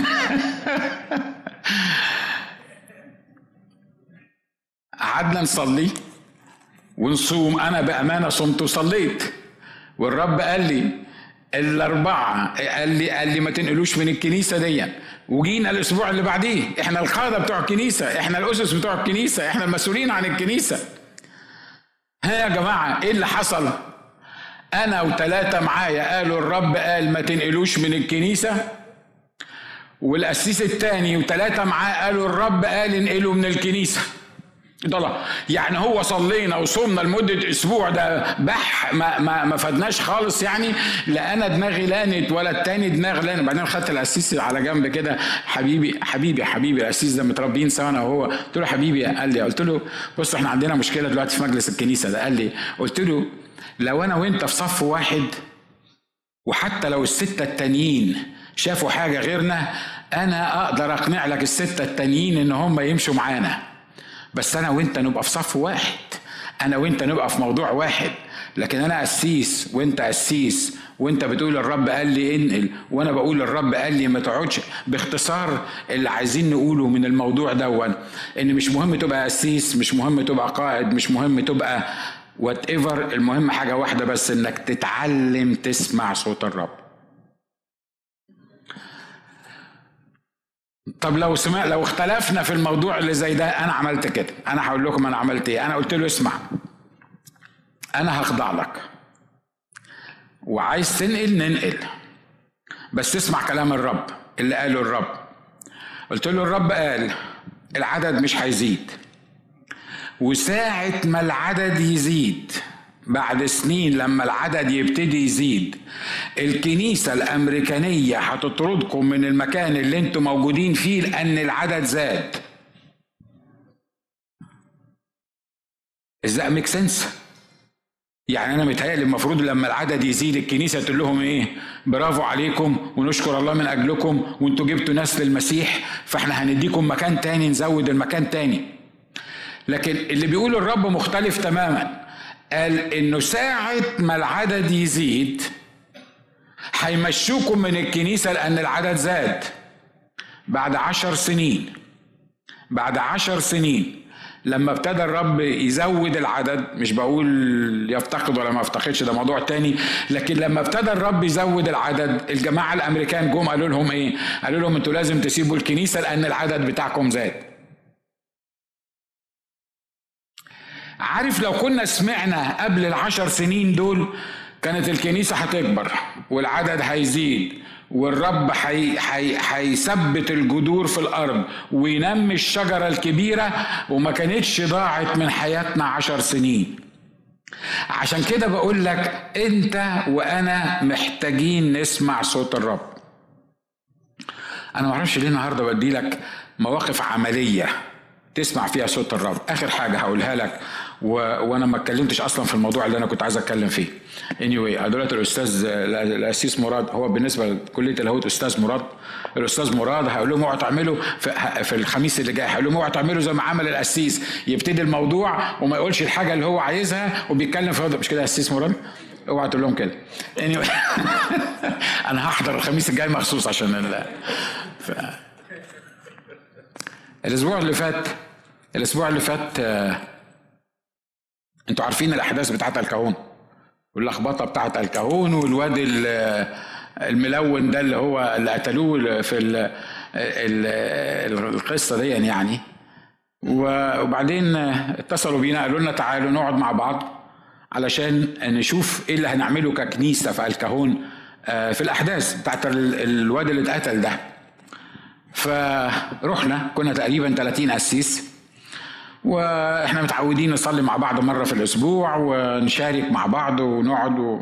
قعدنا نصلي ونصوم. انا بامانه صمت وصليت، والرب قال لي ال4 قال لي ما تنقلوش من الكنيسه دي. وجينا الاسبوع اللي بعديه، احنا القاده بتوع الكنيسه، احنا الاسس بتوع الكنيسه، احنا المسؤولين عن الكنيسه. يا جماعه ايه اللي حصل؟ انا و3 معايا قالوا الرب قال ما تنقلوش من الكنيسه، والقسيس التاني و3 معاه قالوا الرب قال انقلوا من الكنيسه. ده يعني هو صلينا وصومنا لمدة أسبوع، ده ما فدناش خالص. يعني لا أنا دماغي لانت ولا التاني دماغ لانت. بعدين خدت القسيس على جنب كده، حبيبي القسيس ده متربيين سوا أنا وهو. قلت له حبيبي، قال لي، قلت له بص احنا عندنا مشكلة دلوقتي في مجلس الكنيسة ده. قال لي، قلت له لو أنا وأنت في صف واحد، وحتى لو ال6 التانيين شافوا حاجة غيرنا، أنا أقدر أقنع لك ال6 التانيين إن هم يمشوا معانا، بس أنا وإنت نبقى في صف واحد، أنا وإنت نبقى في موضوع واحد. لكن أنا قسيس وإنت قسيس، وإنت بتقول الرب قال لي انقل وأنا بقول الرب قال لي ما تقعدش. باختصار اللي عايزين نقوله من الموضوع دون إن مش مهم تبقى قسيس، مش مهم تبقى قائد، مش مهم تبقى وات ايفر، المهم حاجة واحدة بس، انك تتعلم تسمع صوت الرب. طب لو اختلفنا في الموضوع اللي زي ده، انا عملت كده، انا هقول لكم انا عملت ايه. انا قلت له اسمع، انا هخضع لك، وعايز تنقل ننقل، بس اسمع كلام الرب اللي قاله الرب. قلت له الرب قال العدد مش هيزيد، وساعة ما العدد يزيد بعد سنين، لما العدد يبتدي يزيد، الكنيسة الأمريكانية هتطردكم من المكان اللي انتم موجودين فيه لأن العدد زاد. ازاي ميك سنس؟ يعني أنا متهيألي المفروض لما العدد يزيد الكنيسة تقول لهم إيه؟ برافو عليكم ونشكر الله من أجلكم وانتوا جبتوا ناس للمسيح، فاحنا هنديكم مكان تاني، نزود المكان تاني. لكن اللي بيقول الرب مختلف تماما. قال إنه ساعة ما العدد يزيد هيمشوكم من الكنيسة لأن العدد زاد. بعد 10 سنين، بعد 10 سنين لما ابتدى الرب يزود العدد، مش بقول يفتقد ولا ما افتقدش، ده موضوع تاني، لكن لما ابتدى الرب يزود العدد، الجماعة الأمريكان جم قالوا لهم إيه؟ قالوا لهم انتوا لازم تسيبوا الكنيسة لأن العدد بتاعكم زاد. عارف لو كنا سمعنا قبل 10 سنين دول، كانت الكنيسة هتكبر والعدد هيزيد، والرب هيثبت الجذور في الأرض وينمي الشجرة الكبيرة، وما كانتش ضاعت من حياتنا 10 سنين. عشان كده بقول لك أنت وأنا محتاجين نسمع صوت الرب. أنا معرفش ليه النهاردة بدي لك مواقف عملية تسمع فيها صوت الرب. آخر حاجة هقولها لك، وانا ما اتكلمتش اصلا في الموضوع اللي انا كنت عايز اتكلم فيه. anyway دلوقتي الاسيس مراد، هو بالنسبه لكليه اللاهوت استاذ مراد، الاستاذ مراد هيقول لهم اوعوا تعملوا في الخميس اللي جاي، هيقول لهم اوعوا تعملوا زي ما عمل الاسيس، يبتدي الموضوع وما يقولش الحاجه اللي هو عايزها وبيتكلم في مش كده يا اسيس مراد؟ اوعوا تقول لهم كده. anyway انا هحضر الخميس الجاي مخصوص عشان الاسبوع اللي فات انتوا عارفين الاحداث بتاعت الكهون واللخبطه بتاعت الكهون، والواد الملون ده اللي هو اللي قتلوه في القصه دي يعني. وبعدين اتصلوا بينا قالوا لنا تعالوا نقعد مع بعض علشان نشوف ايه اللي هنعمله ككنيسه في الكهون في الاحداث بتاعت الواد اللي اتقتل ده. فرحنا، كنا تقريبا 30 قسيس، واحنا متعودين نصلي مع بعض مرة في الاسبوع ونشارك مع بعض ونقعد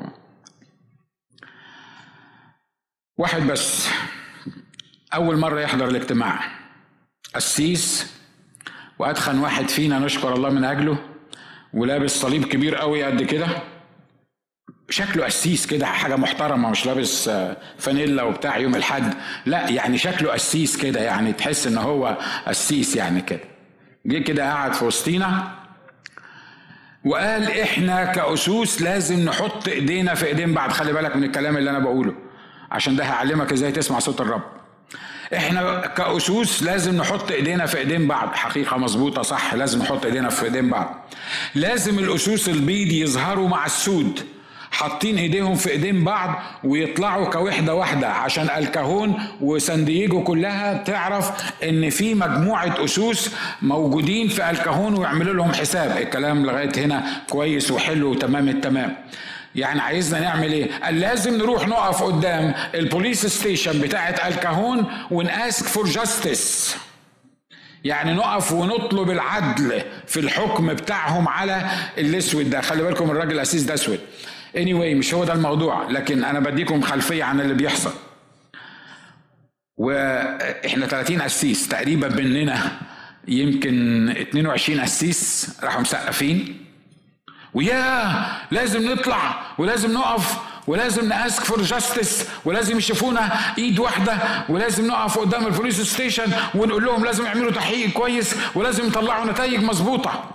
واحد بس اول مرة يحضر الاجتماع، قسيس وادخن واحد فينا نشكر الله من اجله، ولابس صليب كبير قوي قد كده، شكله قسيس كده، حاجة محترمة، مش لابس فانيلا وبتاع يوم الحد، لا يعني شكله قسيس كده، يعني تحس ان هو قسيس يعني كده. جه كده قاعد في وسطينا وقال احنا كأسوس لازم نحط ايدينا في ايدين بعض. خلي بالك من الكلام اللي انا بقوله عشان ده هيعلمك ازاي تسمع صوت الرب. احنا كأسوس لازم نحط ايدينا في ايدين بعض. حقيقة مظبوطة، صح، لازم نحط ايدينا في ايدين بعض. لازم الأسوس البيض يظهروا مع السود حاطين ايديهم في ايدين بعض ويطلعوا كوحدة واحدة، عشان الكهون وساندييجو كلها تعرف ان في مجموعة اسوس موجودين في الكهون ويعملوا لهم حساب. الكلام لغاية هنا كويس وحلو وتمام التمام. يعني عايزنا نعمل ايه؟ قال لازم نروح نقف قدام البوليس ستيشن بتاعت الكهون وناسك فور جاستس، يعني نقف ونطلب العدل في الحكم بتاعهم على الاسود ده. خلي بالكم الراجل الاسيس ده اسود. anyway مش هو ده الموضوع، لكن انا بديكم خلفية عن اللي بيحصل. واحنا 30 قسيس تقريبا، مننا يمكن 22 قسيس راحوا مسقفين، ويا لازم نطلع ولازم نقف ولازم ناسك فور جاستس ولازم يشوفونا ايد واحده ولازم نقف قدام البوليس ستيشن ونقول لهم لازم يعملوا تحقيق كويس ولازم يطلعوا نتائج مظبوطه.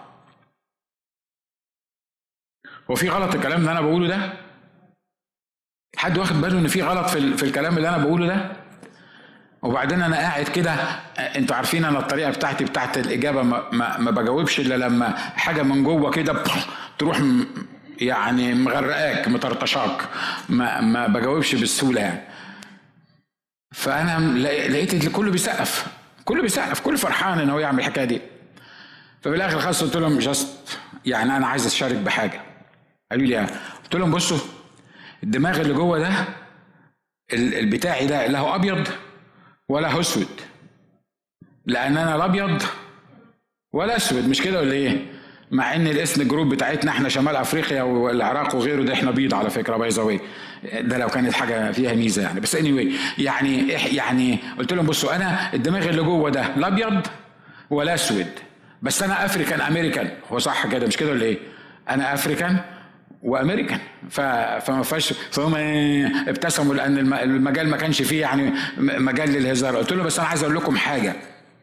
هو في غلط الكلام اللي انا بقوله ده؟ حد واخد باله ان في غلط في الكلام اللي انا بقوله ده؟ وبعدين انا قاعد كده، انتوا عارفين انا الطريقه بتاعت الاجابه ما بجاوبش الا لما حاجه من جوه كده تروح يعني مغرقاك مطرطشاك، ما بجاوبش بالسهوله يعني. فانا لقيت الكل بيسقف، كل فرحان ان هو يعمل الحكايه دي. ففي الاخر خلاص قلت لهم جاست يعني انا عايز اشارك بحاجه. قالوا لي قلت لهم بصوا الدماغ اللي جوه ده البتاعي ده لا هو ابيض ولا هو اسود، لان انا لا ابيض ولا اسود، مش كده ولا ايه؟ مع ان الاسم جروب بتاعتنا احنا شمال افريقيا والعراق وغيره ده احنا بيض على فكره باي ذا واي، ده لو كانت حاجه فيها ميزه يعني. بس anyway يعني قلت لهم بصوا انا الدماغ اللي جوه ده لا ابيض ولا اسود، بس انا افريكان امريكان. هو صح كده مش كده ولا ايه؟ انا افريكان وامريكان. فما فيش، فهم ابتسموا لان المجال ما كانش فيه يعني مجال للهزار. قلت له بس انا عايز اقول لكم حاجه،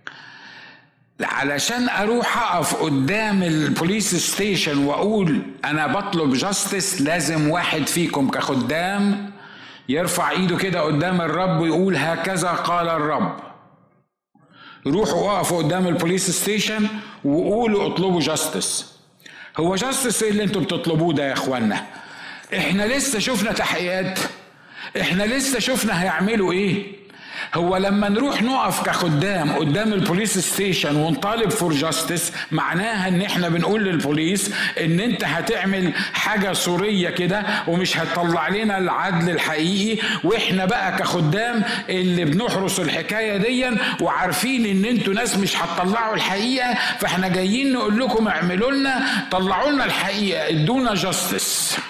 علشان اروح اقف قدام البوليس ستيشن واقول انا بطلب جاستس لازم واحد فيكم كخدام يرفع ايده كده قدام الرب ويقول هكذا قال الرب. روحوا وقفوا قدام البوليس ستيشن وقولوا اطلبوا جاستس. هو جاستس ايه اللي انتوا بتطلبوه ده يا اخوانا؟ احنا لسه شفنا تحقيقات، احنا لسه شفنا هيعملوا ايه. هو لما نروح نقف كخدام قدام البوليس ستيشن ونطالب فور جاستس معناها ان احنا بنقول للبوليس ان انت هتعمل حاجة صورية كده ومش هتطلع لنا العدل الحقيقي، واحنا بقى كخدام اللي بنحرس الحكاية دي وعارفين ان انتوا ناس مش هتطلعوا الحقيقة، فاحنا جايين نقول لكم اعملوا لنا، طلعوا لنا الحقيقة، ادونا جاستس.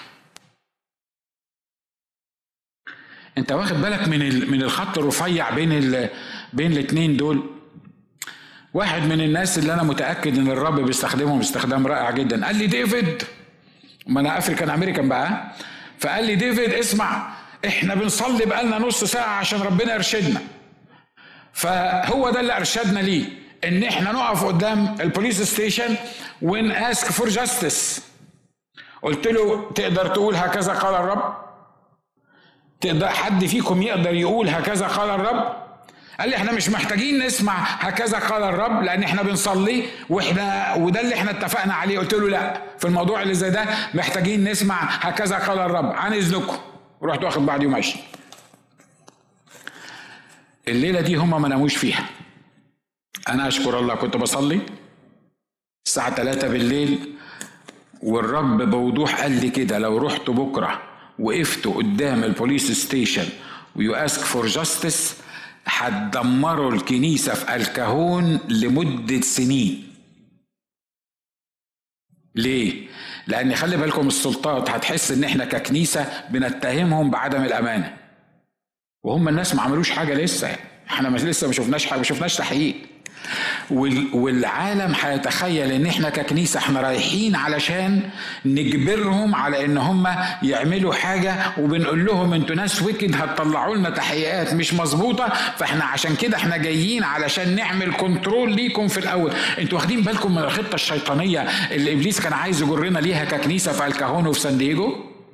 انت واخد بالك من الخط الرفيع بين الاثنين دول؟ واحد من الناس اللي انا متاكد ان الرب بيستخدمهم استخدام رائع جدا قال لي ديفيد، ما انا افريكان امريكان بقى، فقال لي ديفيد اسمع احنا بنصلي بقالنا نص ساعه عشان ربنا يرشدنا، فهو ده اللي ارشدنا ليه، ان احنا نقف قدام البوليس ستيشن ون اسك فور جاستس. قلت له تقدر تقول هكذا قال الرب؟ تقدر حد فيكم يقدر يقول هكذا قال الرب؟ قال لي احنا مش محتاجين نسمع هكذا قال الرب لان احنا بنصلي وده اللي احنا اتفقنا عليه. قلت له لا، في الموضوع اللي زي ده محتاجين نسمع هكذا قال الرب، عن اذنكم. ورحت واخد بعضي وماشي. الليله دي هم ما ناموش فيها. انا اشكر الله كنت بصلي الساعه 3 بالليل والرب بوضوح قال لي كده لو رحت بكره وقفتوا قدام البوليس ستيشن ويو اسك فور جاستس هتدمروا الكنيسة في الكهون لمدة سنين. ليه؟ لأن خلي بالكم السلطات هتحس ان احنا ككنيسة بنتهمهم بعدم الأمانة، وهم الناس ما عملوش حاجة لسه، احنا لسه ما شفناش حاجة، ما شفناش تحقيق، والعالم هيتخيل ان احنا ككنيسة احنا رايحين علشان نجبرهم على ان هم يعملوا حاجة، وبنقول لهم انتوا ناس ويكد هتطلعوا لنا تحقيقات مش مظبوطة، فاحنا عشان كده احنا جايين علشان نعمل كنترول ليكم في الاول. انتوا واخدين بالكم من الخطة الشيطانية اللي ابليس كان عايز يجرنا ليها ككنيسة في الكهون وفي سان دييجو؟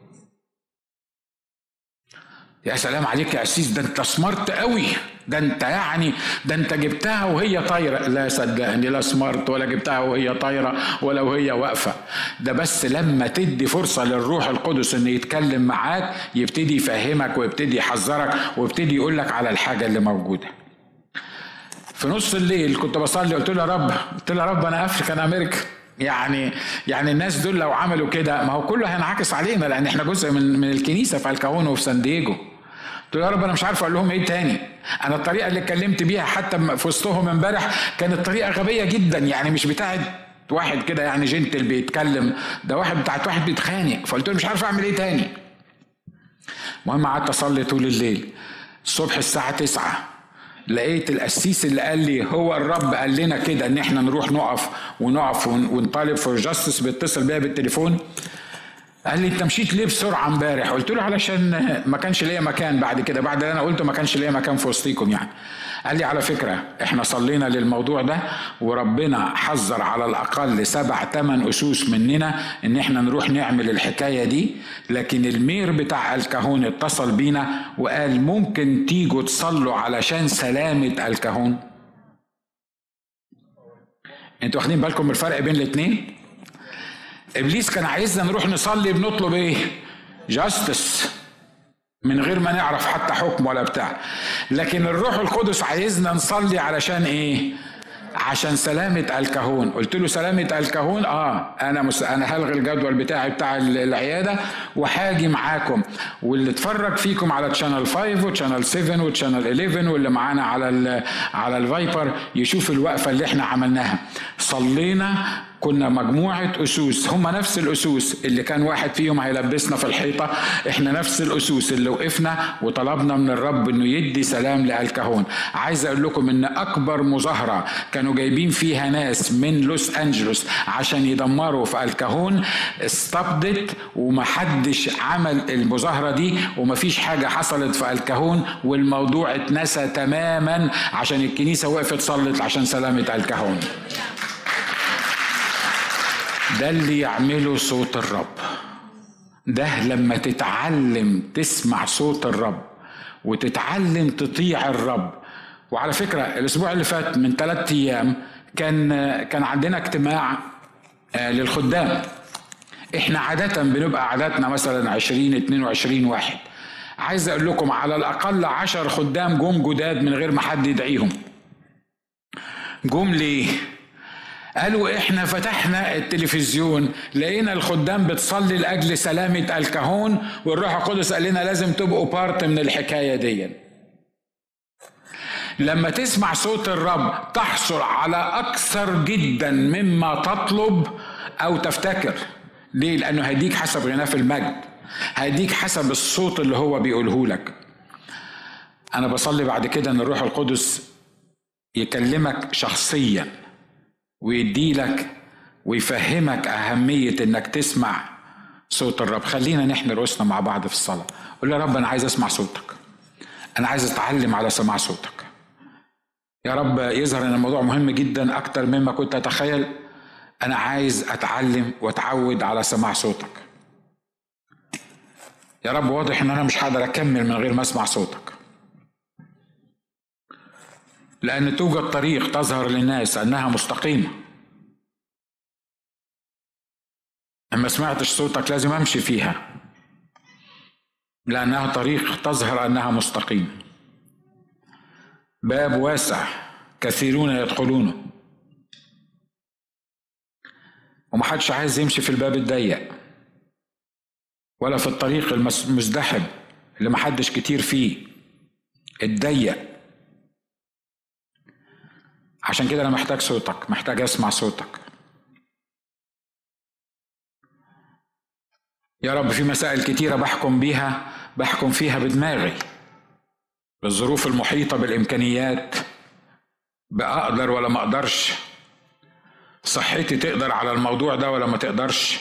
يا سلام عليك يا أسيس، ده انت سمارت قوي، ده انت يعني ده انت جبتها وهي طايرة. لا صدقني، لا سمارت ولا جبتها وهي طايرة ولا وهي واقفة، ده بس لما تدي فرصة للروح القدس ان يتكلم معاك يبتدي يفهمك ويبتدي يحذرك ويبتدي يقولك على الحاجة اللي موجودة. في نص الليل كنت بصلي قلت له يا رب انا افريكان امريكا، يعني الناس دول لو عملوا كده ما هو كله هينعكس علينا لان احنا جزء من الكنيسة في الكهون وفي سان دييجو. قلت له يا رب انا مش عارف اقول لهم ايه تاني، انا الطريقه اللي اتكلمت بيها حتى في وسطهم امبارح كانت طريقه غبيه جدا، يعني مش بتاعت واحد كده يعني جنتل بيتكلم، ده بتاعت واحد بيتخانق. فقلت له مش عارف اعمل ايه تاني. المهم قعدت اصلي طول الليل. الصبح الساعه 9 لقيت القسيس اللي قال لي هو الرب قال لنا كده ان احنا نروح نقف ونطالب فور جاستس بيتصل بيا بالتليفون. قال لي انت مشيت ليه بسرعه امبارح؟ قلت له علشان ما كانش ليا مكان بعد كده، بعد اللي انا قلته ما كانش ليا مكان في وسطيكم يعني. قال لي على فكره احنا صلينا للموضوع ده وربنا حذر على الاقل 7-8 اسوس مننا ان احنا نروح نعمل الحكايه دي، لكن المير بتاع الكهون اتصل بينا وقال ممكن تيجوا تصلوا علشان سلامه الكهون. انتوا واخدين بالكم من الفرق بين الاثنين؟ ابليس كان عايزنا نروح نصلي بنطلب ايه؟ جاستس، من غير ما نعرف حتى حكم ولا بتاع. لكن الروح القدس عايزنا نصلي علشان ايه؟ عشان سلامة الكهون. قلت له سلامة الكهون؟ انا هلغي الجدول بتاعي بتاع العيادة وهاجي معاكم، واللي اتفرج فيكم على تشانل 5 وتشانل 7 وتشانل 11 واللي معانا على الفايبر يشوف الوقفة اللي احنا عملناها. صلينا، كنا مجموعة أسوس، هم نفس الأسوس اللي كان واحد فيهم هيلبسنا في الحيطة، احنا نفس الأسوس اللي وقفنا وطلبنا من الرب انه يدي سلام للكهون. عايز اقول لكم ان اكبر مظاهرة كانوا جايبين فيها ناس من لوس أنجلوس عشان يدمروا في الكهون استبدت، ومحدش عمل المظاهرة دي ومفيش حاجة حصلت في الكهون، والموضوع اتنسى تماما عشان الكنيسة وقفت صلت عشان سلامة الكهون. ده اللي يعمله صوت الرب. ده لما تتعلم تسمع صوت الرب وتتعلم تطيع الرب. وعلى فكرة الأسبوع اللي فات من 3 أيام كان عندنا اجتماع للخدام. احنا عادة بنبقى عاداتنا مثلا 20-22 واحد. عايز اقول لكم على الأقل 10 خدام جم جداد من غير ما حد يدعيهم. جم ليه؟ قالوا احنا فتحنا التلفزيون لقينا الخدام بتصلي لأجل سلامة الكهون، والروح القدس قال لنا لازم تبقوا بارت من الحكاية دي. لما تسمع صوت الرب تحصل على أكثر جدا مما تطلب أو تفتكر. ليه؟ لأنه هيديك حسب غناه في المجد، هيديك حسب الصوت اللي هو بيقوله لك. أنا بصلي بعد كده أن الروح القدس يكلمك شخصيا ويدي لك ويفهمك أهمية إنك تسمع صوت الرب. خلينا نحن رؤوسنا مع بعض في الصلاة. قول يا رب أنا عايز أسمع صوتك، أنا عايز أتعلم على سماع صوتك. يا رب يظهر إن الموضوع مهم جدا أكتر مما كنت أتخيل. أنا عايز أتعلم وأتعود على سماع صوتك. يا رب واضح إن أنا مش هقدر أكمل من غير ما أسمع صوتك، لأن توجد طريق تظهر للناس أنها مستقيمة. أما سمعتش صوتك لازم أمشي فيها، لأنها طريق تظهر أنها مستقيمة. باب واسع كثيرون يدخلونه، ومحدش عايز يمشي في الباب الضيق ولا في الطريق المزدحم اللي محدش كتير فيه، الضيق. عشان كده أنا محتاج صوتك، محتاج أسمع صوتك. يا رب في مسائل كتيرة بحكم فيها بدماغي، بالظروف المحيطة، بالإمكانيات، بأقدر ولا ما أقدرش، صحتي تقدر على الموضوع ده ولا ما تقدرش،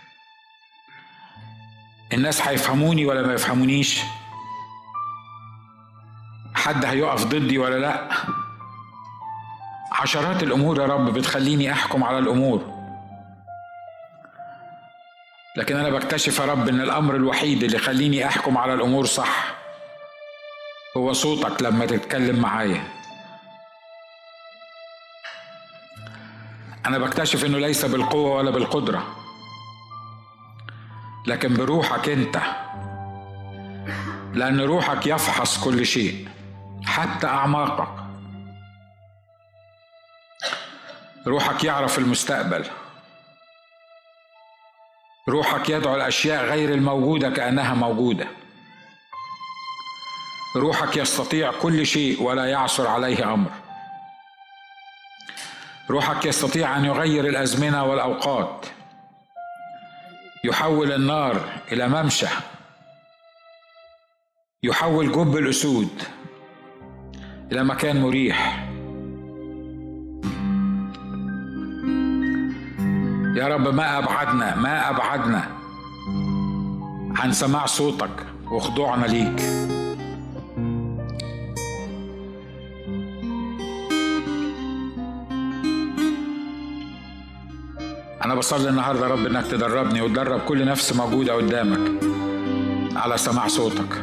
الناس هيفهموني ولا ما يفهمونيش، حد هيقف ضدي ولا لأ. عشرات الأمور يا رب بتخليني أحكم على الأمور، لكن أنا بكتشف يا رب إن الأمر الوحيد اللي يخليني أحكم على الأمور صح هو صوتك لما تتكلم معايا. أنا بكتشف إنه ليس بالقوة ولا بالقدرة، لكن بروحك أنت، لأن روحك يفحص كل شيء حتى أعماقك. روحك يعرف المستقبل، روحك يدعو الأشياء غير الموجودة كأنها موجودة. روحك يستطيع كل شيء ولا يعثر عليه أمر. روحك يستطيع أن يغير الأزمنة والأوقات، يحول النار إلى ممشى، يحول جب الأسود إلى مكان مريح. يا رب ما أبعدنا عن سماع صوتك وخضوعنا ليك. أنا بصلي النهاردة يا رب إنك تدربني وتدرب كل نفس موجودة قدامك على سماع صوتك.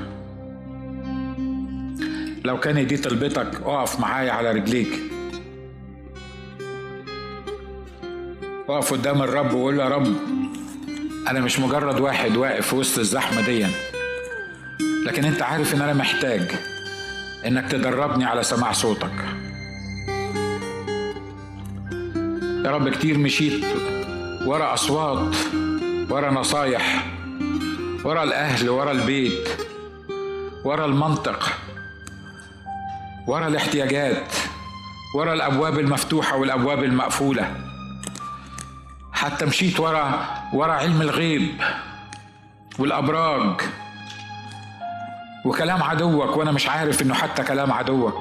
لو كان دي طلبتك اقف معايا على رجليك، اقف قدام الرب وقول له يا رب أنا مش مجرد واحد واقف في وسط الزحمة دي، لكن أنت عارف إن أنا محتاج إنك تدربني على سماع صوتك. يا رب كتير مشيت ورا أصوات، ورا نصايح، ورا الأهل، ورا البيت، ورا المنطق، ورا الاحتياجات، ورا الأبواب المفتوحة والأبواب المقفولة. حتى مشيت ورا علم الغيب والأبراج وكلام عدوك وأنا مش عارف إنه حتى كلام عدوك.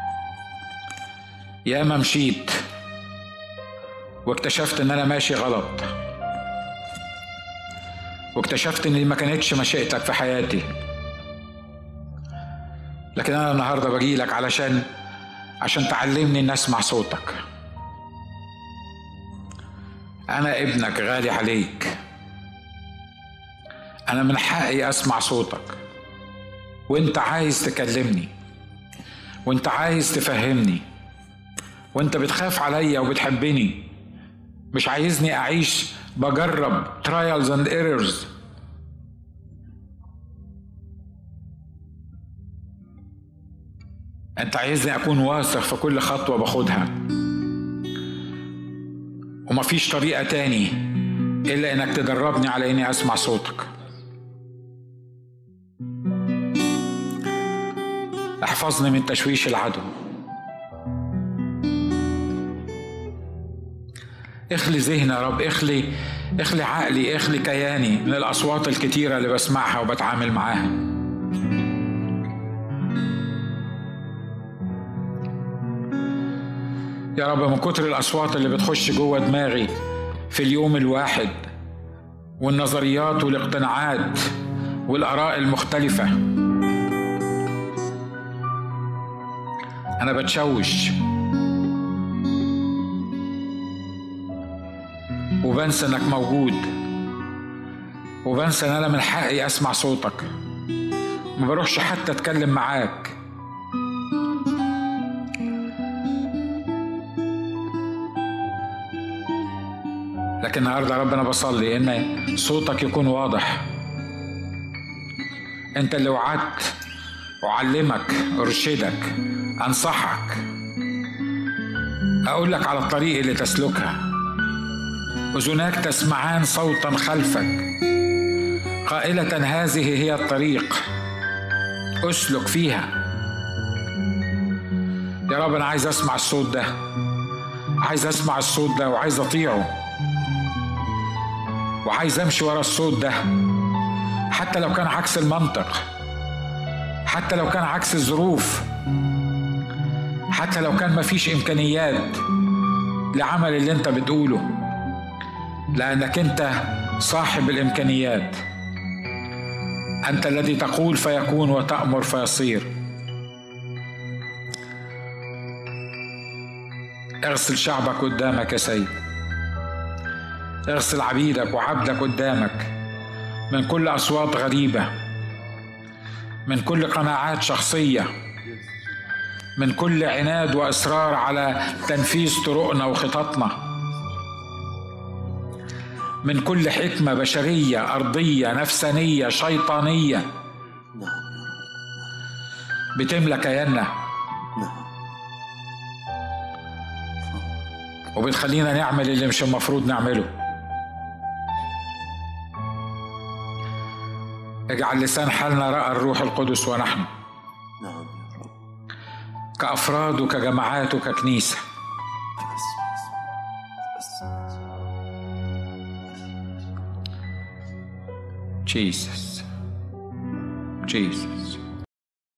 ياما مشيت واكتشفت إن أنا ماشي غلط، واكتشفت إن ما كانتش مشيئتك في حياتي. لكن أنا النهاردة بجيلك عشان تعلمني إن أسمع صوتك. أنا ابنك غالي عليك، أنا من حقي أسمع صوتك، وأنت عايز تكلمني، وأنت عايز تفهمني، وأنت بتخاف عليا وبتحبني، مش عايزني أعيش بجرب trials and errors. أنت عايزني أكون واثق في كل خطوة باخدها، ومفيش طريقة تاني إلا إنك تدربني على إني أسمع صوتك. احفظني من تشويش العدو، اخلي ذهني يا رب، اخلي عقلي، اخلي كياني من الأصوات الكتيرة اللي بسمعها وبتعامل معاها. يا رب من كتر الأصوات اللي بتخش جوه دماغي في اليوم الواحد، والنظريات والاقتناعات والآراء المختلفة، أنا بتشوش وبنسى إنك موجود، وبنسى إن أنا من حقي أسمع صوتك. ما بروحش حتى أتكلم معاك. لكن النهارده يا رب أنا بصلي إن صوتك يكون واضح. أنت اللي وعدت أعلمك، أرشدك، أنصحك، أقول لك على الطريق اللي تسلكها. أذناك تسمعان صوتا خلفك قائلة هذه هي الطريق أسلك فيها. يا رب أنا عايز أسمع الصوت ده، عايز أسمع الصوت ده، وعايز أطيعه، وعايز أمشي ورا الصوت ده، حتى لو كان عكس المنطق، حتى لو كان عكس الظروف، حتى لو كان مفيش إمكانيات لعمل اللي أنت بتقوله، لأنك أنت صاحب الإمكانيات. أنت الذي تقول فيكون وتأمر فيصير. اغسل شعبك قدامك يا سيد، اغسل عبيدك وعبدك قدامك من كل أصوات غريبة، من كل قناعات شخصية، من كل عناد وإصرار على تنفيذ طرقنا وخططنا، من كل حكمة بشرية أرضية نفسانية شيطانية بتملى كياننا وبتخلينا نعمل اللي مش المفروض نعمله. اجعل لسان حالنا رأى الروح القدس ونحن كأفراد وكجماعات وككنيسة. Jesus.